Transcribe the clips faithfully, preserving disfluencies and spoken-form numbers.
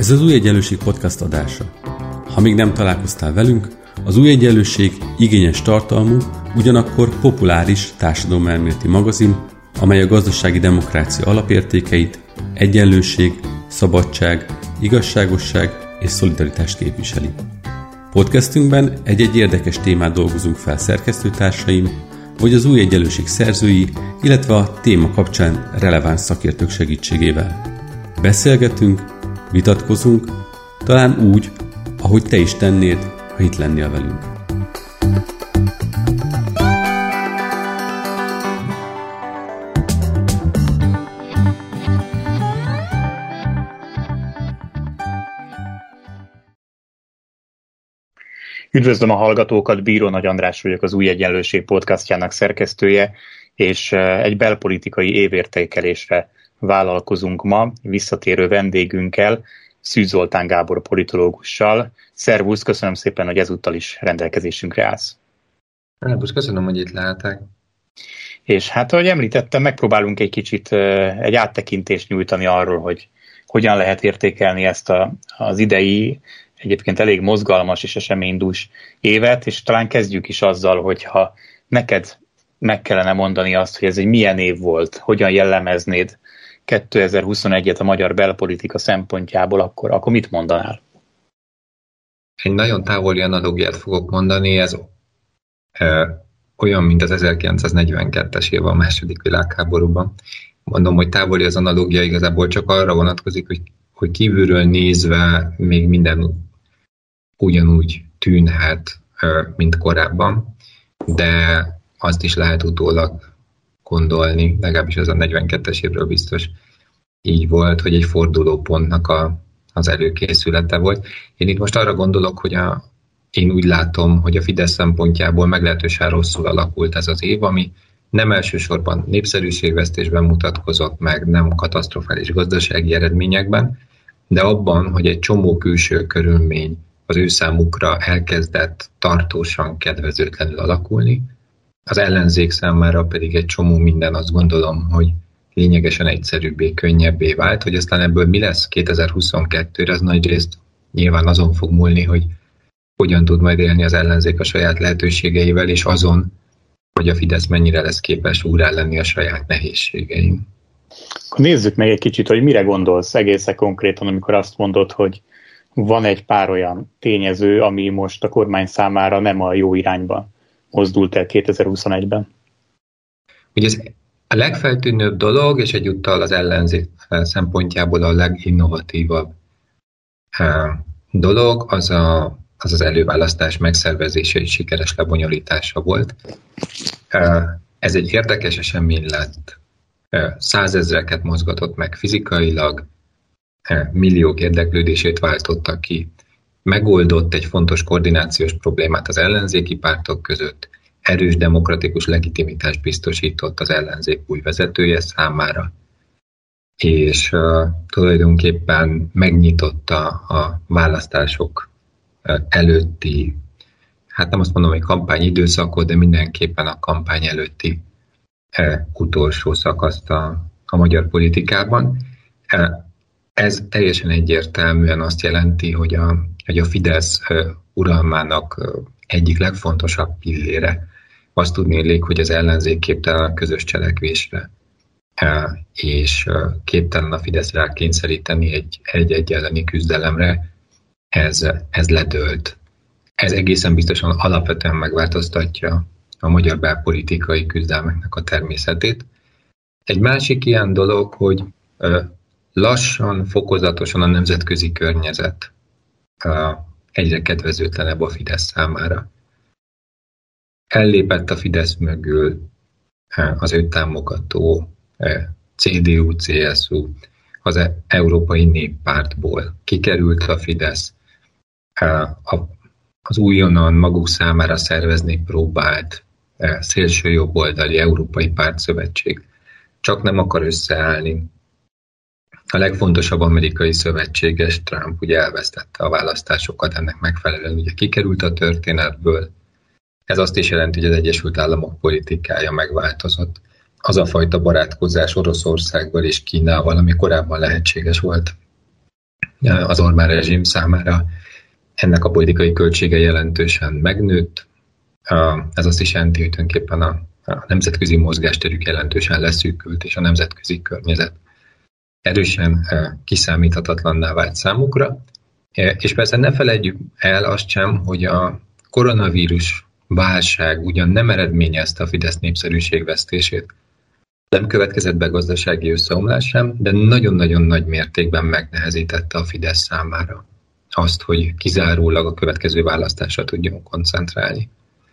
Ez az Új Egyenlőség podcast adása. Ha még nem találkoztál velünk, az Új Egyenlőség igényes tartalmú, ugyanakkor populáris társadalomelméleti magazin, amely a gazdasági demokrácia alapértékeit, egyenlőség, szabadság, igazságosság és szolidaritást képviseli. Podcastünkben egy-egy érdekes témát dolgozunk fel szerkesztőtársaim, vagy az Új Egyenlőség szerzői, illetve a téma kapcsán releváns szakértők segítségével. Beszélgetünk, vitatkozunk, talán úgy, ahogy te is tennéd, ha itt lennél velünk. Üdvözlöm a hallgatókat, Bíró Nagy András vagyok, az Új Egyenlőség podcastjának szerkesztője, és egy belpolitikai évértékelésre vállalkozunk ma visszatérő vendégünkkel, Szűz Zoltán Gábor politológussal. Szervusz, köszönöm szépen, hogy ezúttal is rendelkezésünkre állsz. Szervusz, köszönöm, hogy itt lehetek. És hát, ahogy említettem, megpróbálunk egy kicsit egy áttekintést nyújtani arról, hogy hogyan lehet értékelni ezt a, az idei, egyébként elég mozgalmas és eseménydús évet, és talán kezdjük is azzal, hogyha neked meg kellene mondani azt, hogy ez egy milyen év volt, hogyan jellemeznéd kétezer-huszonegyet a magyar belpolitika szempontjából, akkor, akkor mit mondanál? Egy nagyon távoli analógiát fogok mondani, ez e, olyan, mint az ezerkilencszáznegyvenkettes év a második világháborúban. Mondom, hogy távoli az analógia igazából csak arra vonatkozik, hogy, hogy kívülről nézve még minden ugyanúgy tűnhet, mint korábban, de azt is lehet utólag gondolni, legalábbis az a negyvenkettes évről biztos így volt, hogy egy fordulópontnak a, az előkészülete volt. Én itt most arra gondolok, hogy a, én úgy látom, hogy a Fidesz szempontjából meglehetősen rosszul alakult ez az év, ami nem elsősorban népszerűségvesztésben mutatkozott meg, nem katasztrofális gazdasági eredményekben, de abban, hogy egy csomó külső körülmény az ő számukra elkezdett tartósan kedvezőtlenül alakulni, az ellenzék számára pedig egy csomó minden, azt gondolom, hogy lényegesen egyszerűbbé, könnyebbé vált, hogy aztán ebből mi lesz kétezer-huszonkettőre, az nagyrészt nyilván azon fog múlni, hogy hogyan tud majd élni az ellenzék a saját lehetőségeivel, és azon, hogy a Fidesz mennyire lesz képes úrrá lenni a saját nehézségein. Akkor nézzük meg egy kicsit, hogy mire gondolsz egészen konkrétan, amikor azt mondod, hogy van egy pár olyan tényező, ami most a kormány számára nem a jó irányba mozdult el kétezer-huszonegyben. Ugye ez a legfeltűnőbb dolog, és egyúttal az ellenzék szempontjából a leginnovatívabb dolog, az a, az, az előválasztás megszervezése és sikeres lebonyolítása volt. Ez egy érdekes esemény lett. Százezreket mozgatott meg fizikailag, milliók érdeklődését váltotta ki, megoldott egy fontos koordinációs problémát az ellenzéki pártok között, erős demokratikus legitimitást biztosított az ellenzék új vezetője számára, és uh, tulajdonképpen megnyitotta a választások uh, előtti, hát nem azt mondom, hogy kampányidőszakot, de mindenképpen a kampány előtti uh, utolsó szakaszt a, a magyar politikában. Uh, ez teljesen egyértelműen azt jelenti, hogy a hogy a Fidesz uralmának egyik legfontosabb pillére azt tudnélik, hogy az ellenzék képtelen a közös cselekvésre, és képtelen a Fidesz rá kényszeríteni egy egy-egy elleni küzdelemre, ez, ez ledőlt. Ez egészen biztosan alapvetően megváltoztatja a magyar belpolitikai küzdelmeknek a természetét. Egy másik ilyen dolog, hogy lassan, fokozatosan a nemzetközi környezet egyre kedvezőtlenebb a Fidesz számára. Ellépett a Fidesz mögül az őt támogató cé dé u cé es u, az Európai Néppártból. Kikerült a Fidesz, az újonnan maguk számára szervezni próbált szélső jobboldali Európai Pártszövetség csak nem akar összeállni. A legfontosabb amerikai szövetséges, Trump, ugye elvesztette a választásokat, ennek megfelelően ugye kikerült a történetből. Ez azt is jelenti, hogy az Egyesült Államok politikája megváltozott. Az a fajta barátkozás Oroszországgal és Kínával, ami korábban lehetséges volt, az Orbán rezsim számára ennek a politikai költsége jelentősen megnőtt. Ez azt is jelenti, hogy tulajdonképpen a, a nemzetközi mozgásterük jelentősen leszűkült, és a nemzetközi környezet erősen kiszámíthatatlanná vált számukra. És persze ne felejtjük el azt sem, hogy a koronavírus válság ugyan nem eredményezte a Fidesz népszerűségvesztését, nem következett be gazdasági összeomlás sem, de nagyon-nagyon nagy mértékben megnehezítette a Fidesz számára azt, hogy kizárólag a következő választásra tudjon koncentrálni.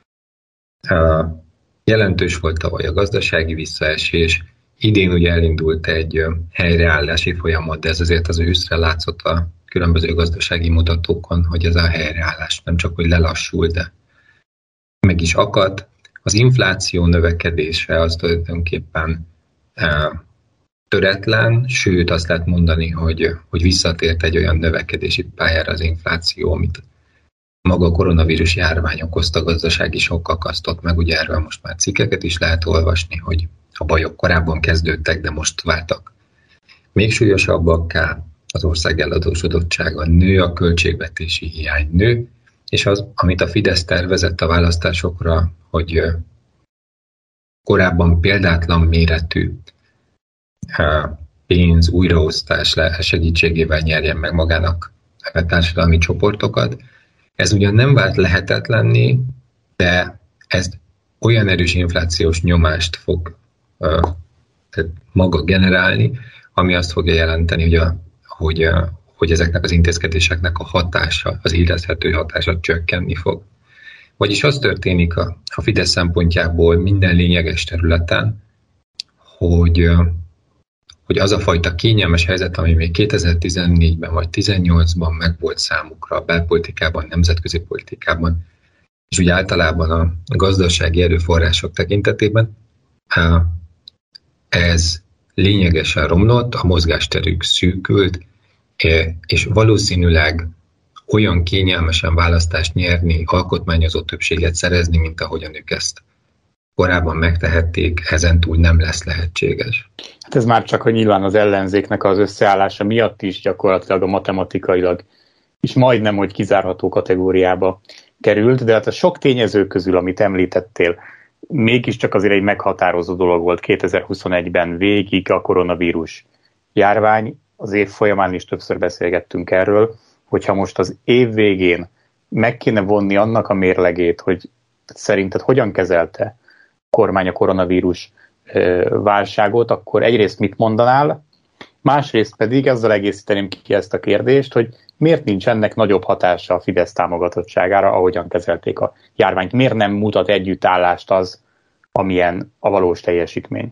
Jelentős volt tavaly a gazdasági visszaesés, idén ugye elindult egy helyreállási folyamat, de ez azért az őszre látszott a különböző gazdasági mutatókon, hogy ez a helyreállás nem csak hogy lelassul, de meg is akadt. Az infláció növekedése az tulajdonképpen e, töretlen, sőt azt lehet mondani, hogy, hogy visszatért egy olyan növekedési pályára az infláció, amit maga a koronavírus járvány okozta gazdasági sok akasztott meg. Ugye erről most már cikkeket is lehet olvasni, hogy a bajok korábban kezdődtek, de most váltak még súlyosabbakká, az ország eladósodottsága nő, a költségvetési hiány nő, és az, amit a Fidesz tervezett a választásokra, hogy korábban példátlan méretű pénz, újraosztás segítségével nyerjen meg magának a társadalmi csoportokat. Ez ugyan nem vált lehetetlenné, de ez olyan erős inflációs nyomást fog tehát maga generálni, ami azt fogja jelenteni, hogy, a, hogy, a, hogy ezeknek az intézkedéseknek a hatása, az érezhető hatása csökkenni fog. Vagyis az történik a, a Fidesz szempontjából minden lényeges területen, hogy, hogy az a fajta kényelmes helyzet, ami még kétezer-tizennégyben vagy tizennyolcban megvolt számukra a belpolitikában, nemzetközi politikában, és úgy általában a gazdasági erőforrások tekintetében, ez lényegesen romlott, a mozgásterük szűkült, és valószínűleg olyan kényelmesen választást nyerni, alkotmányozó többséget szerezni, mint ahogyan ők ezt korábban megtehették, ezentúl nem lesz lehetséges. Hát ez már csak, hogy nyilván az ellenzéknek az összeállása miatt is gyakorlatilag a matematikailag is majdnem, hogy kizárható kategóriába került, de hát a sok tényező közül, amit említettél, mégiscsak azért egy meghatározó dolog volt kétezer-huszonegyben végig a koronavírus járvány. Az év folyamán is többször beszélgettünk erről, hogyha most az év végén meg kéne vonni annak a mérlegét, hogy szerinted hogyan kezelte a kormány a koronavírus válságot, akkor egyrészt mit mondanál, másrészt pedig ezzel egészíteném ki ezt a kérdést, hogy miért nincs ennek nagyobb hatása a Fidesz támogatottságára, ahogyan kezelték a járványt? Miért nem mutat együttállást az, amilyen a valós teljesítmény?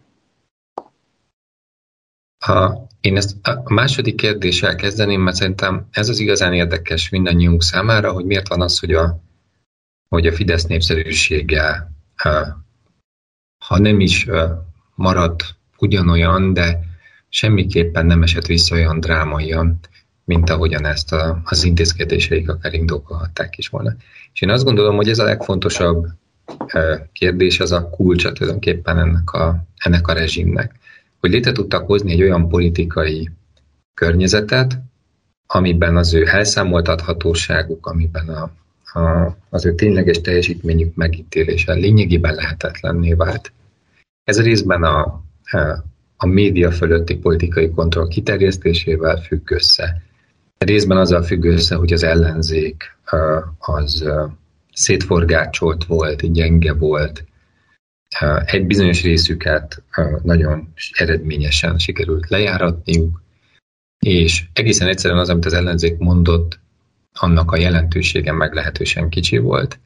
Ha én ezt a második kérdéssel kezdeném, mert szerintem ez az igazán érdekes mindannyiunk számára, hogy miért van az, hogy a, hogy a Fidesz népszerűsége, ha nem is maradt ugyanolyan, de semmiképpen nem esett vissza olyan drámaian, mint ahogyan ezt a, az intézkedéseik akár indokolhatták is volna. És én azt gondolom, hogy ez a legfontosabb kérdés, az a kulcsa tulajdonképpen ennek a, ennek a rezsimnek. Hogy létre tudtak hozni egy olyan politikai környezetet, amiben az ő elszámoltathatóságuk, amiben a, a, az ő tényleges teljesítményük megítélése lényegében lehetetlenné vált. Ez részben a, a, a média fölötti politikai kontroll kiterjesztésével függ össze. Részben azzal függ össze, hogy az ellenzék az szétforgácsolt volt, gyenge volt, egy bizonyos részüket nagyon eredményesen sikerült lejáratniuk, és egészen egyszerűen az, amit az ellenzék mondott, annak a jelentősége meglehetősen kicsi volt.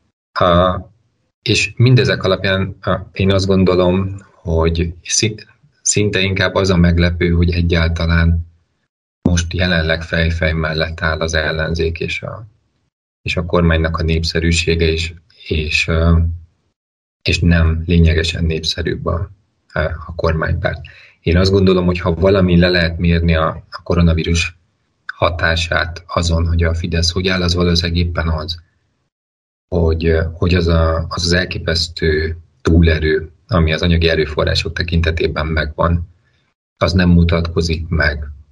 És mindezek alapján én azt gondolom, hogy szinte inkább az a meglepő, hogy egyáltalán most jelenleg fejfej mellett áll az ellenzék és a, és a kormánynak a népszerűsége, és, és, és nem lényegesen népszerűbb a, a kormánypárt. Én azt gondolom, hogy ha valami le lehet mérni a, a koronavírus hatását azon, hogy a Fidesz hogy áll, az valószínűleg éppen az, hogy, hogy az, a, az az elképesztő túlerő, ami az anyagi erőforrások tekintetében megvan, az nem mutatkozik meg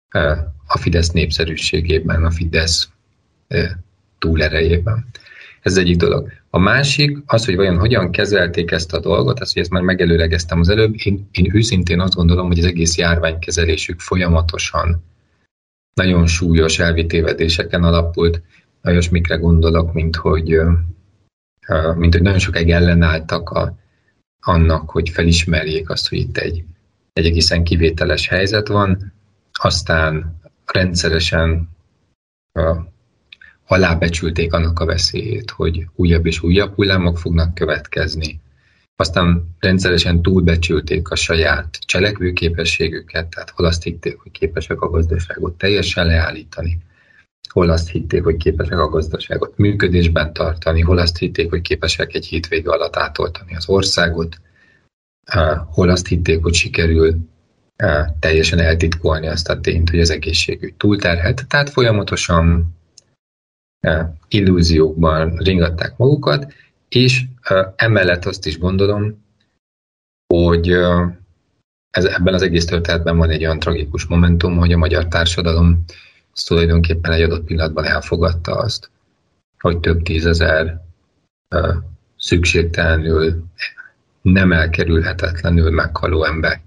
a Fidesz népszerűségében, a Fidesz túlerejében. Ez egyik dolog. A másik az, hogy vajon hogyan kezelték ezt a dolgot, azt, hogy ezt már megelőlegeztem az előbb, én, én őszintén azt gondolom, hogy az egész járványkezelésük folyamatosan nagyon súlyos elvitévedéseken alapult. Olyasmikre gondolok, mint hogy, mint hogy nagyon sokáig ellenálltak a, annak, hogy felismerjék azt, hogy itt egy, egy egészen kivételes helyzet van, aztán rendszeresen uh, alábecsülték annak a veszélyét, hogy újabb és újabb hullámok fognak következni. Aztán rendszeresen túlbecsülték a saját cselekvőképességüket, tehát hol azt hitték, hogy képesek a gazdaságot teljesen leállítani, hol azt hitték, hogy képesek a gazdaságot működésben tartani, hol azt hitték, hogy képesek egy hétvége alatt átoltani az országot, uh, hol azt hitték, hogy sikerül uh, teljesen eltitkolni azt a tényt, hogy az egészségügy túlterhelt. Tehát folyamatosan uh, illúziókban ringatták magukat, és uh, emellett azt is gondolom, hogy uh, ez, ebben az egész történetben van egy olyan tragikus momentum, hogy a magyar társadalom az tulajdonképpen egy adott pillanatban elfogadta azt, hogy több tízezer uh, szükségtelenül, nem elkerülhetetlenül meghaló ember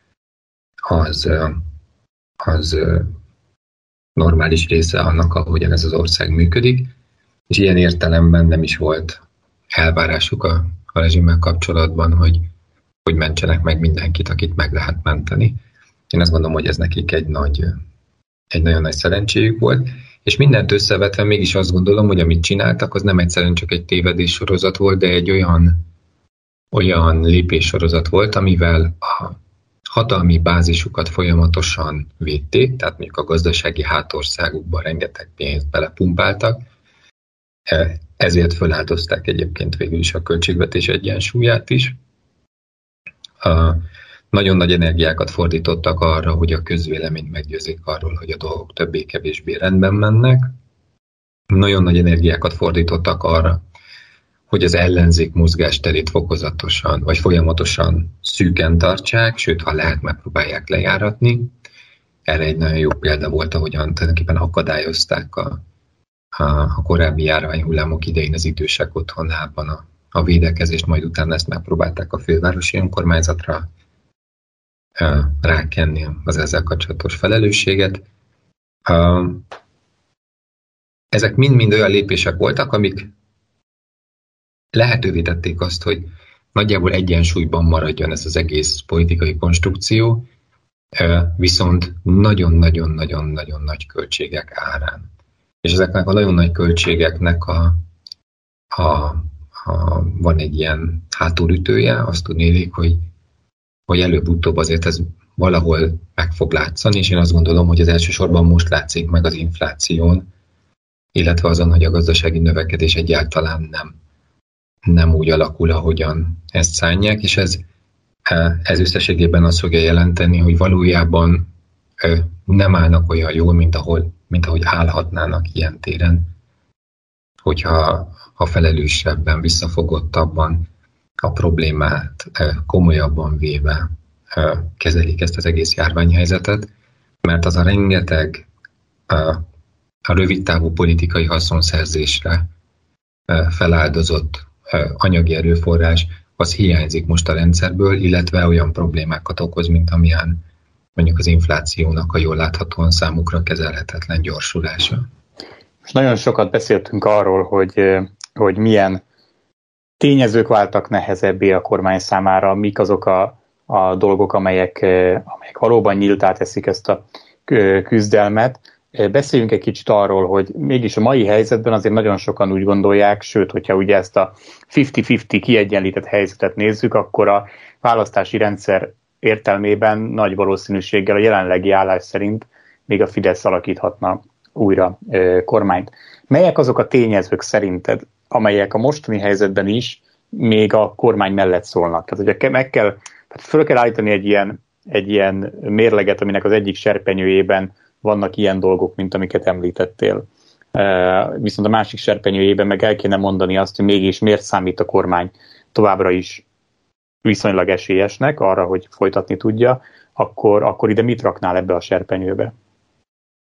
az, uh, az uh, normális része annak, ahogyan ez az ország működik, és ilyen értelemben nem is volt elvárásuk a, a rezsimmel kapcsolatban, hogy, hogy mentsenek meg mindenkit, akit meg lehet menteni. Én azt gondolom, hogy ez nekik egy nagy egy nagyon nagy szerencséjük volt, és mindent összevetve mégis azt gondolom, hogy amit csináltak, az nem egyszerűen csak egy tévedés sorozat volt, de egy olyan, olyan lépéssorozat volt, amivel a hatalmi bázisukat folyamatosan védték, tehát mondjuk a gazdasági hátországukban rengeteg pénzt belepumpáltak, ezért feláldozták egyébként végül is a költségvetés egyensúlyát is. A Nagyon nagy energiákat fordítottak arra, hogy a közvéleményt meggyőzik arról, hogy a dolgok többé-kevésbé rendben mennek. Nagyon nagy energiákat fordítottak arra, hogy az ellenzék mozgásterét fokozatosan vagy folyamatosan szűken tartsák, sőt, ha lehet, megpróbálják lejáratni. Erre egy nagyon jó példa volt, ahogyan tulajdonképpen akadályozták a, a, a korábbi járványhullámok idején az idősek otthonában a, a védekezést, majd utána ezt megpróbálták a fővárosi önkormányzatra rákenni az ezzel kapcsolatos felelősséget. Ezek mind-mind olyan lépések voltak, amik lehetővé tették azt, hogy nagyjából egyensúlyban maradjon ez az egész politikai konstrukció, viszont nagyon-nagyon-nagyon-nagyon nagy költségek árán. És ezeknek a nagyon nagy költségeknek a, a, a, van egy ilyen hátulütője, azt tudnélik, hogy hogy előbb-utóbb azért ez valahol meg fog látszani, és én azt gondolom, hogy az elsősorban most látszik meg az infláción, illetve azon, hogy a gazdasági növekedés egyáltalán nem, nem úgy alakul, ahogyan ezt szánják, és ez, ez összességében azt fogja jelenteni, hogy valójában nem állnak olyan jól, mint, ahol, mint ahogy állhatnának ilyen téren, hogyha ha felelősebben, visszafogottabban a problémát komolyabban véve kezelik ezt az egész járványhelyzetet, mert az a rengeteg a rövidtávú politikai haszonszerzésre feláldozott anyagi erőforrás, az hiányzik most a rendszerből, illetve olyan problémákat okoz, mint amilyen mondjuk az inflációnak a jól láthatóan számukra kezelhetetlen gyorsulása. Most nagyon sokat beszéltünk arról, hogy, hogy milyen tényezők váltak nehezebbé a kormány számára, mik azok a, a dolgok, amelyek, amelyek valóban nyíltá teszik ezt a küzdelmet. Beszéljünk egy kicsit arról, hogy mégis a mai helyzetben azért nagyon sokan úgy gondolják, sőt, hogyha ugye ezt a fifty-fifty kiegyenlített helyzetet nézzük, akkor a választási rendszer értelmében nagy valószínűséggel a jelenlegi állás szerint még a Fidesz alakíthatna újra kormányt. Melyek azok a tényezők szerinted, amelyek a mostani helyzetben is még a kormány mellett szólnak? Tehát, hogyha meg kell, tehát föl kell állítani egy ilyen, egy ilyen mérleget, aminek az egyik serpenyőjében vannak ilyen dolgok, mint amiket említettél. Viszont a másik serpenyőjében meg el kéne mondani azt, hogy mégis miért számít a kormány továbbra is viszonylag esélyesnek arra, hogy folytatni tudja, akkor, akkor ide mit raknál ebbe a serpenyőbe?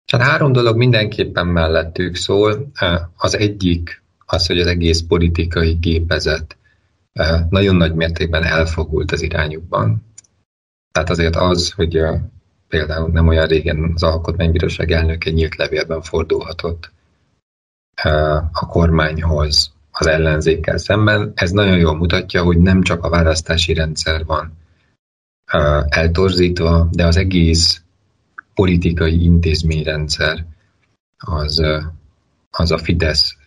Hát három dolog mindenképpen mellettük szól. Az egyik az, hogy az egész politikai gépezet nagyon nagy mértékben elfogult az irányukban. Tehát azért az, hogy például nem olyan régen az Alkotmánybíróság elnöke nyílt levélben fordulhatott a kormányhoz az ellenzékkel szemben, ez nagyon jól mutatja, hogy nem csak a választási rendszer van eltorzítva, de az egész politikai intézményrendszer az, az a Fidesz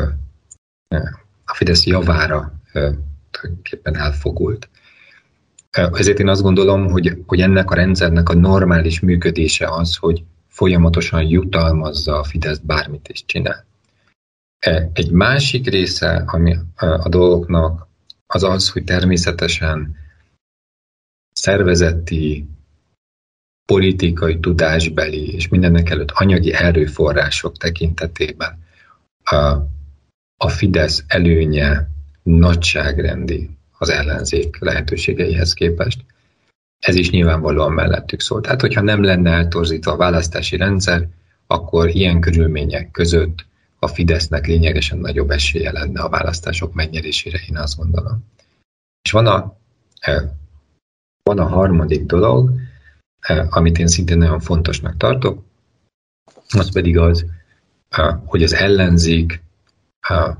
a Fidesz javára tulajdonképpen elfogult. Ezért én azt gondolom, hogy, hogy ennek a rendszernek a normális működése az, hogy folyamatosan jutalmazza a Fidesz bármit is csinál. Egy másik része ami a dolgoknak az az, hogy természetesen szervezeti, politikai, tudásbeli és mindennek előtt anyagi erőforrások tekintetében a, a Fidesz előnye nagyságrendi az ellenzék lehetőségeihez képest. Ez is nyilvánvalóan mellettük szól. Tehát, hogyha nem lenne eltorzítva a választási rendszer, akkor ilyen körülmények között a Fidesznek lényegesen nagyobb esélye lenne a választások megnyerésére, én azt gondolom. És van a, van a harmadik dolog, amit én szintén nagyon fontosnak tartok, az pedig az, hogy az ellenzék a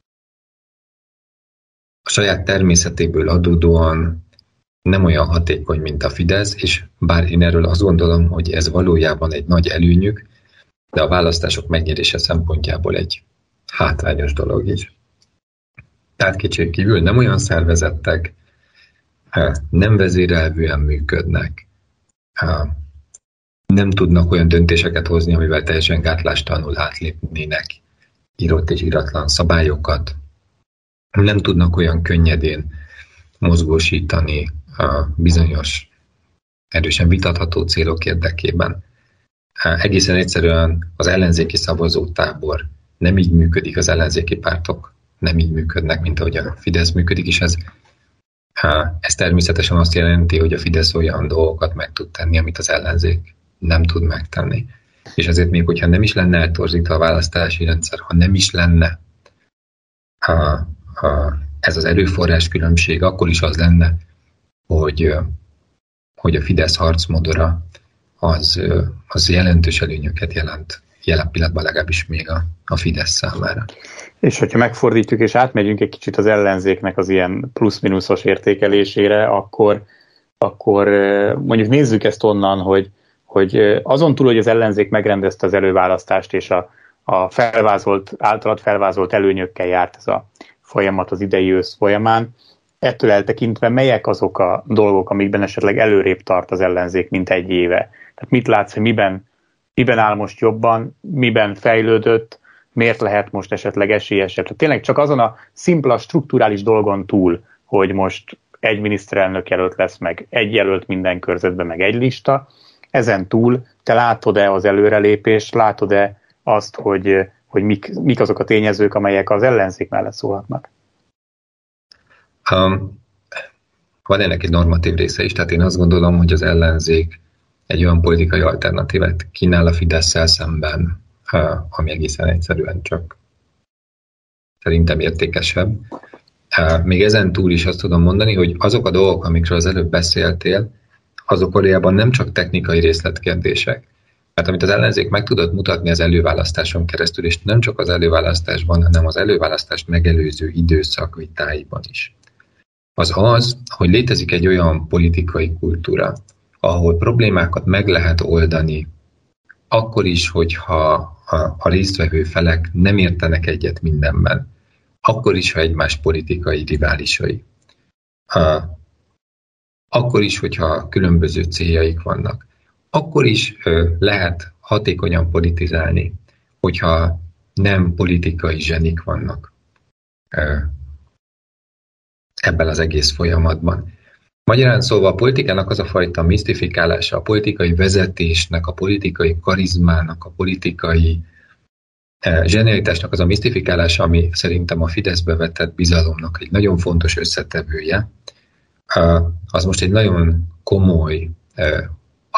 saját természetéből adódóan nem olyan hatékony, mint a Fidesz, és bár én erről azt gondolom, hogy ez valójában egy nagy előnyük, de a választások megnyerése szempontjából egy hátrányos dolog is. Tehát kétségkívül nem olyan szervezettek, nem vezérelvűen működnek, nem tudnak olyan döntéseket hozni, amivel teljesen gátlástalanul átlépnének írott és iratlan szabályokat, nem tudnak olyan könnyedén mozgósítani a bizonyos erősen vitatható célok érdekében. Egészen egyszerűen az ellenzéki szavazótábor nem így működik, az ellenzéki pártok nem így működnek, mint ahogy a Fidesz működik, és ez, ez természetesen azt jelenti, hogy a Fidesz olyan dolgokat meg tud tenni, amit az ellenzék nem tud megtenni. És azért még, hogyha nem is lenne eltorzítva a választási rendszer, ha nem is lenne a, a, ez az erőforrás különbség, akkor is az lenne, hogy, hogy a Fidesz harcmodora az, az jelentős előnyöket jelent, jelen pillanatban legalábbis még a, a Fidesz számára. És hogyha megfordítjuk és átmegyünk egy kicsit az ellenzéknek az ilyen plusz-minuszos értékelésére, akkor, akkor mondjuk nézzük ezt onnan, hogy, hogy azon túl, hogy az ellenzék megrendezte az előválasztást, és a, a felvázolt, általad felvázolt előnyökkel járt ez a folyamat az idei ősz folyamán, ettől eltekintve melyek azok a dolgok, amikben esetleg előrébb tart az ellenzék, mint egy éve? Tehát mit látsz, hogy miben, miben áll most jobban, miben fejlődött, miért lehet most esetleg esélyesebb? Tehát tényleg csak azon a szimpla, strukturális dolgon túl, hogy most egy miniszterelnök jelölt lesz, meg egy jelölt minden körzetben, meg egy lista, ezen túl te látod-e az előrelépést, látod-e azt, hogy, hogy mik, mik azok a tényezők, amelyek az ellenzék mellett szólhatnak? Um, van ennek egy normatív része is, tehát én azt gondolom, hogy az ellenzék egy olyan politikai alternatívát kínál a Fidesszel szemben, ami egészen egyszerűen csak szerintem értékesebb. Még ezen túl is azt tudom mondani, hogy azok a dolgok, amikről az előbb beszéltél, azok valójában nem csak technikai részletkérdések. Mert amit az ellenzék meg tudott mutatni az előválasztáson keresztül, és nem csak az előválasztásban, hanem az előválasztást megelőző időszak vitáiban is, az az, hogy létezik egy olyan politikai kultúra, ahol problémákat meg lehet oldani, akkor is, hogyha a, a résztvevő felek nem értenek egyet mindenben, akkor is, ha egymás politikai riválisai. A, akkor is, hogyha különböző céljaik vannak. Akkor is ö, lehet hatékonyan politizálni, hogyha nem politikai zsenik vannak ö, ebben az egész folyamatban. Magyarán szóval a politikának az a fajta misztifikálása, a politikai vezetésnek, a politikai karizmának, a politikai eh, zsenialitásnak az a misztifikálása, ami szerintem a Fideszbe vetett bizalomnak egy nagyon fontos összetevője, uh, az most egy nagyon komoly uh,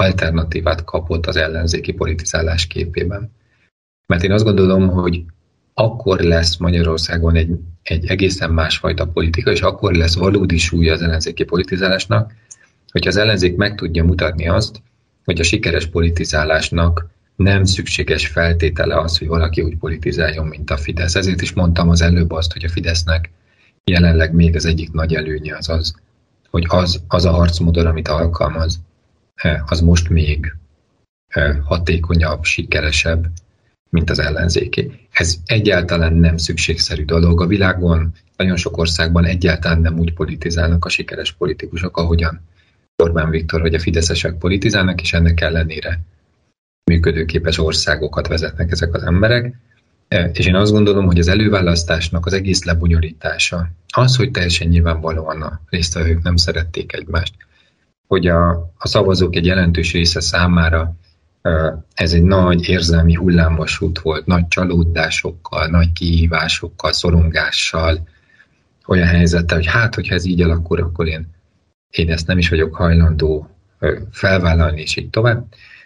alternatívát kapott az ellenzéki politizálás képében. Mert én azt gondolom, hogy akkor lesz Magyarországon egy, egy egészen másfajta politika, és akkor lesz valódi súlya az ellenzéki politizálásnak, hogyha az ellenzék meg tudja mutatni azt, hogy a sikeres politizálásnak nem szükséges feltétele az, hogy valaki úgy politizáljon, mint a Fidesz. Ezért is mondtam az előbb azt, hogy a Fidesznek jelenleg még az egyik nagy előnye az az, hogy az, az a harcmodor, amit alkalmaz, az most még hatékonyabb, sikeresebb, mint az ellenzéké. Ez egyáltalán nem szükségszerű dolog. A világon nagyon sok országban egyáltalán nem úgy politizálnak a sikeres politikusok, ahogyan Orbán Viktor vagy a fideszesek politizálnak, és ennek ellenére működőképes országokat vezetnek ezek az emberek. És én azt gondolom, hogy az előválasztásnak az egész lebonyolítása, az, hogy teljesen nyilvánvalóan a résztvevők nem szerették egymást, hogy a, a szavazók egy jelentős része számára ez egy nagy érzelmi hullámvasút volt, nagy csalódásokkal, nagy kihívásokkal, szorongással, olyan helyzettel, hogy hát, hogyha ez így alakul, akkor én, én ezt nem is vagyok hajlandó felvállalni, és így tovább.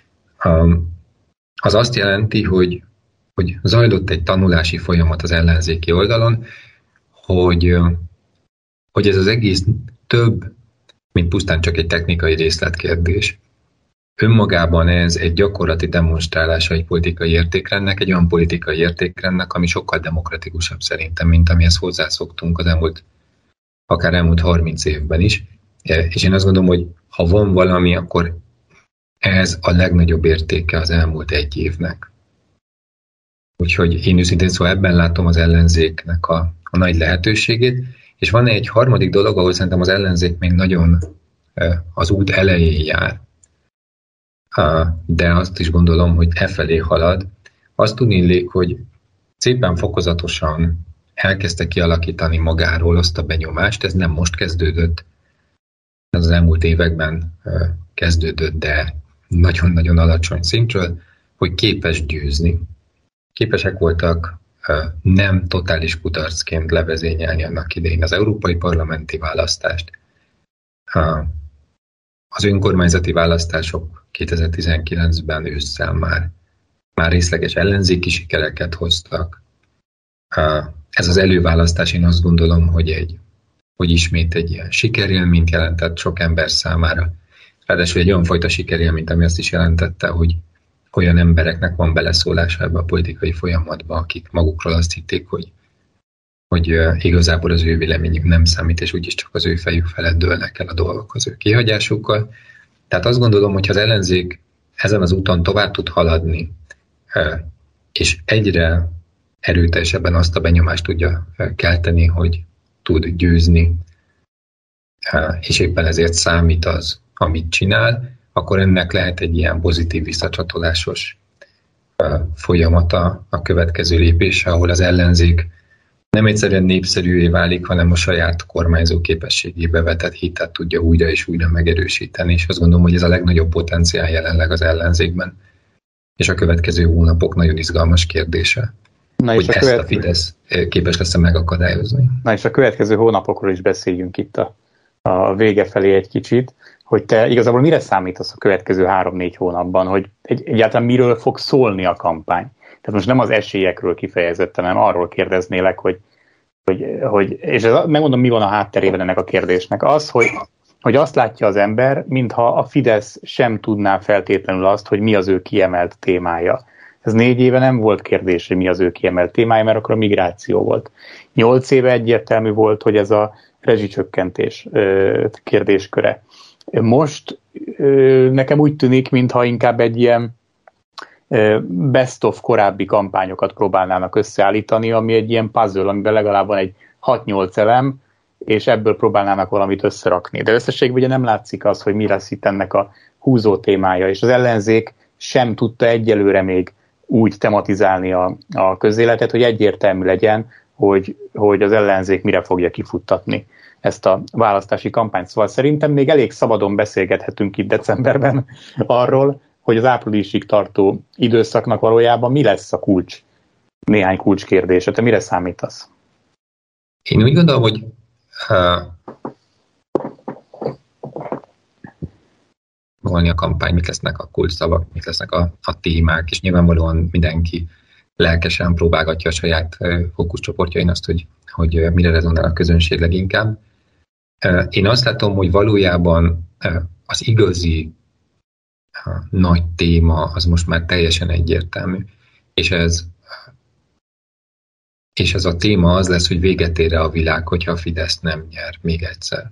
Az azt jelenti, hogy, hogy zajlott egy tanulási folyamat az ellenzéki oldalon, hogy, hogy ez az egész több, mint pusztán csak egy technikai részletkérdés. Önmagában ez egy gyakorlati demonstrálása egy politikai értékrendnek, egy olyan politikai értékrendnek, ami sokkal demokratikusabb szerintem, mint amihez hozzászoktunk az elmúlt, akár elmúlt harminc évben is. És én azt gondolom, hogy ha van valami, akkor ez a legnagyobb értéke az elmúlt egy évnek. Úgyhogy én őszintén szóval ebben látom az ellenzéknek a, a nagy lehetőségét, és van egy harmadik dolog, ahol szerintem az ellenzék még nagyon az út elején jár, de azt is gondolom, hogy e felé halad. Azt tudnék, hogy szépen fokozatosan elkezdte kialakítani magáról azt a benyomást, ez nem most kezdődött, ez az elmúlt években kezdődött, de nagyon-nagyon alacsony szintről, hogy képes győzni. Képesek voltak nem totális kudarcként levezényelni annak idején az európai parlamenti választást. Az önkormányzati választások kétezer-tizenkilencben ősszel már, már részleges ellenzéki sikereket hoztak. Ez az előválasztás, én azt gondolom, hogy, egy, hogy ismét egy ilyen sikerélményt jelentett sok ember számára. Ráadásul egy olyan fajta sikerélményt, ami azt is jelentette, hogy olyan embereknek van beleszólása ebbe a politikai folyamatba, akik magukról azt hitték, hogy, hogy igazából az ő véleményük nem számít, és úgyis csak az ő fejük felett dőlnek el a dolgok az ő kihagyásukkal. Tehát azt gondolom, hogy ha az ellenzék ezen az úton tovább tud haladni, és egyre erőteljesebben azt a benyomást tudja kelteni, hogy tud győzni, és éppen ezért számít az, amit csinál, akkor ennek lehet egy ilyen pozitív visszacsatolásos folyamata a következő lépése, ahol az ellenzék nem egyszerűen népszerűvé válik, hanem a saját kormányzó képességébe vetett hitet tudja újra és újra megerősíteni, és azt gondolom, hogy ez a legnagyobb potenciál jelenleg az ellenzékben, és a következő hónapok nagyon izgalmas kérdése, Na hogy ezt követ... a Fidesz képes lesz megakadályozni. Na és a következő hónapokról is beszéljünk itt a, a vége felé egy kicsit, hogy te igazából mire számítasz a következő három-négy hónapban, hogy egy, egyáltalán miről fog szólni a kampány. Tehát most nem az esélyekről kifejezetten, hanem arról kérdeznélek, hogy, hogy, hogy és ez, megmondom, mi van a hátterében ennek a kérdésnek. Az, hogy, hogy azt látja az ember, mintha a Fidesz sem tudná feltétlenül azt, hogy mi az ő kiemelt témája. Ez négy éve nem volt kérdés, hogy mi az ő kiemelt témája, mert akkor a migráció volt. Nyolc éve egyértelmű volt, hogy ez a rezsicsökkentés kérdésköre. Most nekem úgy tűnik, mintha inkább egy ilyen best of korábbi kampányokat próbálnának összeállítani, ami egy ilyen puzzle, amiben legalább van egy hat-nyolc elem, és ebből próbálnának valamit összerakni. De összességben ugye nem látszik az, hogy mi lesz itt ennek a húzó témája, és az ellenzék sem tudta egyelőre még úgy tematizálni a, a közéletet, hogy egyértelmű legyen, hogy, hogy az ellenzék mire fogja kifuttatni ezt a választási kampányt. Szóval szerintem még elég szabadon beszélgethetünk itt decemberben arról, hogy az áprilisig tartó időszaknak valójában mi lesz a kulcs, néhány kulcskérdése. Te mire számítasz? Én úgy gondolom, hogy uh, szólni a kampány, mik lesznek a kulcsszavak, mik lesznek a, a témák, és nyilvánvalóan mindenki lelkesen próbálgatja a saját fókuszcsoportjain azt, hogy, hogy mire rezonál a közönség leginkább. Én azt látom, hogy valójában az igazi nagy téma az most már teljesen egyértelmű, és ez, és ez a téma az lesz, hogy véget ér a világ, hogyha a Fidesz nem nyer még egyszer.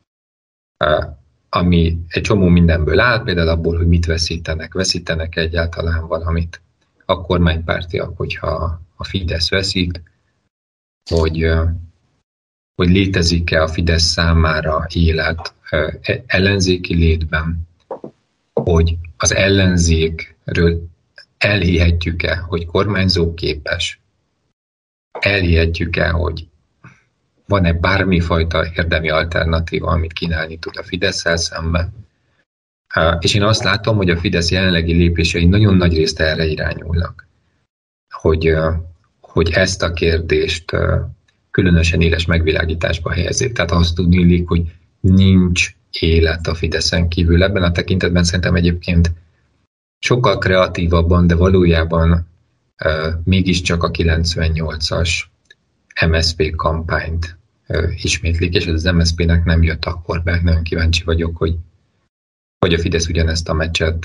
Ami egy csomó mindenből áll, például abból, hogy mit veszítenek. Veszítenek egyáltalán valamit a kormánypártiak, hogyha a Fidesz veszít, hogy, hogy létezik-e a Fidesz számára élet ellenzéki létben, hogy az ellenzékről elhihetjük-e, hogy kormányzóképes, elhihetjük-e, hogy van-e bármifajta érdemi alternatíva, amit kínálni tud a Fidesszel szemben. És én azt látom, hogy a Fidesz jelenlegi lépései nagyon nagy részt erre irányulnak, hogy, hogy ezt a kérdést különösen éles megvilágításba helyezik. Tehát azt tudni illik, hogy nincs élet a Fideszen kívül. Ebben a tekintetben szerintem egyébként sokkal kreatívabban, de valójában mégiscsak a kilencvennyolcas em es zé pé kampányt ismétlik, és ez az em es zé pének nem jött akkor be. Nagyon kíváncsi vagyok, hogy, hogy a Fidesz ugyanezt a meccset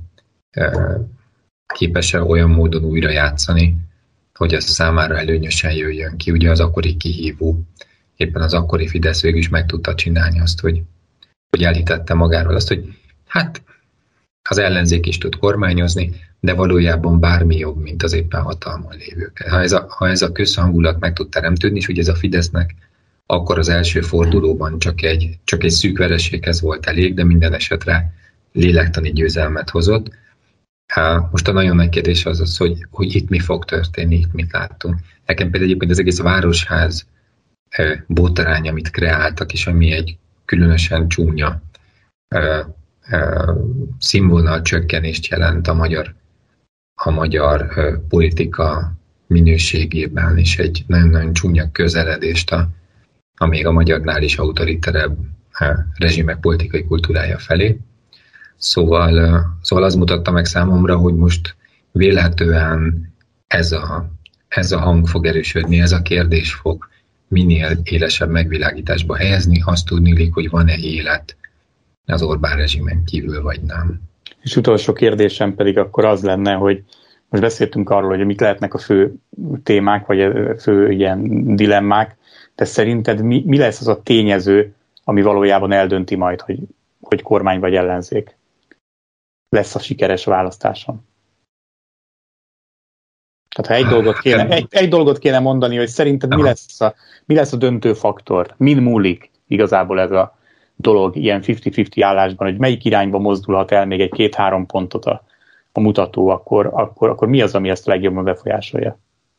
képes-e olyan módon újra játszani, hogy ez számára előnyösen jöjjön ki. Ugye az akkori kihívó, éppen az akkori Fidesz végül is meg tudta csinálni azt, hogy, hogy elhitette magáról azt, hogy hát az ellenzék is tud kormányozni, de valójában bármi jobb, mint az éppen hatalmon lévők. Ha ez a, ha ez a közhangulat meg tud teremtődni, és ugye ez a Fidesznek akkor az első fordulóban csak egy, csak egy szűk vereséghez volt elég, de minden esetre lélektani győzelmet hozott. Há, most a nagyon nagy kérdés az az, hogy, hogy itt mi fog történni, itt mit láttunk. Nekem például egyébként az egész városház e, botrány, amit kreáltak, és ami egy különösen csúnya e, e, színvonal csökkenést jelent a magyar, a magyar e, politika minőségében, és egy nagyon-nagyon csúnya közeledést a, a még a magyarnál is autoriterebb e, rezsimek politikai kultúrája felé. Szóval, szóval az mutatta meg számomra, hogy most vélhetően ez a, ez a hang fog erősödni, ez a kérdés fog minél élesebb megvilágításba helyezni, azt tudni, hogy van-e élet az Orbán rezsimen kívül, vagy nem. És utolsó kérdésem pedig akkor az lenne, hogy most beszéltünk arról, hogy mik lehetnek a fő témák, vagy a fő ilyen dilemmák, de szerinted mi, mi lesz az a tényező, ami valójában eldönti majd, hogy, hogy kormány vagy ellenzék lesz a sikeres választáson? Tehát ha egy dolgot kéne, egy, egy dolgot kéne mondani, hogy szerinted mi lesz, a, mi lesz a döntő faktor, min múlik igazából ez a dolog ilyen fifty-fifty állásban, hogy melyik irányba mozdulhat el még egy két-három pontot a, a mutató, akkor, akkor, akkor mi az, ami ezt a legjobban befolyásolja?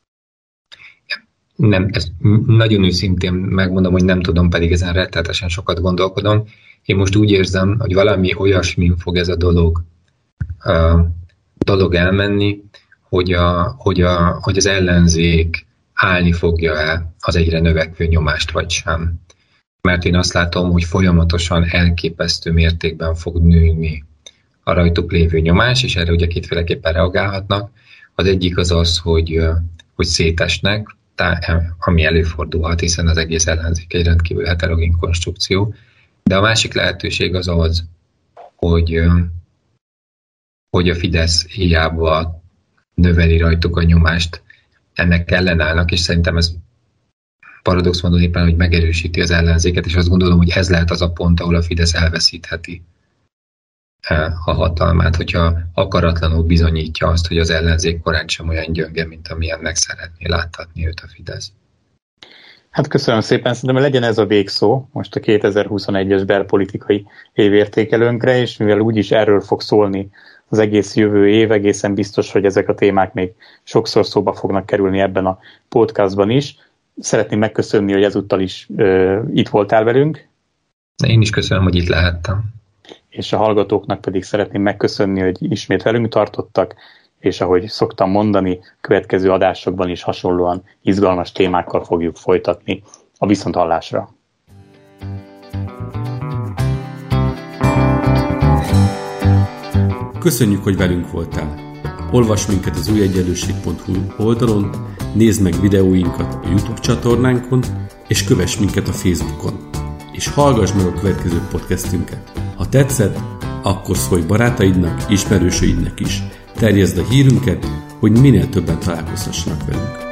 Nem, ezt nagyon őszintén megmondom, hogy nem tudom, pedig ezen rettenetesen sokat gondolkodom. Én most úgy érzem, hogy valami olyasmin fog ez a dolog, a dolog elmenni, hogy, a, hogy, a, hogy az ellenzék állni fogja-e az egyre növekvő nyomást, vagy sem. Mert én azt látom, hogy folyamatosan elképesztő mértékben fog nőni a rajtuk lévő nyomás, és erre ugye kétféleképpen reagálhatnak. Az egyik az az, hogy, hogy szétesnek, ami előfordulhat, hiszen az egész ellenzék egy rendkívül heterogén konstrukció. De a másik lehetőség az az, hogy, hogy a Fidesz hiába növeli rajtuk a nyomást, ennek ellenállnak, és szerintem ez paradox módon éppen, hogy megerősíti az ellenzéket, és azt gondolom, hogy ez lehet az a pont, ahol a Fidesz elveszítheti a hatalmát, hogyha akaratlanul bizonyítja azt, hogy az ellenzék korán sem olyan gyönge, mint amilyennek szeretné láthatni őt a Fidesz. Hát köszönöm szépen, szerintem legyen ez a végszó most a kétezer-huszonegyes belpolitikai évértékelőnkre, és mivel úgyis erről fog szólni az egész jövő év, egészen biztos, hogy ezek a témák még sokszor szóba fognak kerülni ebben a podcastban is. Szeretném megköszönni, hogy ezúttal is uh, itt voltál velünk. Én is köszönöm, hogy itt lehettem. És a hallgatóknak pedig szeretném megköszönni, hogy ismét velünk tartottak, és ahogy szoktam mondani, következő adásokban is hasonlóan izgalmas témákkal fogjuk folytatni. A viszonthallásra! köszönjük, hogy velünk voltál. Olvasd minket az új egyenlőség pont hu oldalon, nézd meg videóinkat a YouTube csatornánkon, és kövess minket a Facebookon. És hallgass meg a következő podcastünket. Ha tetszett, akkor szólj barátaidnak, ismerősöidnek is. Terjeszd a hírünket, hogy minél többen találkozhassanak velünk.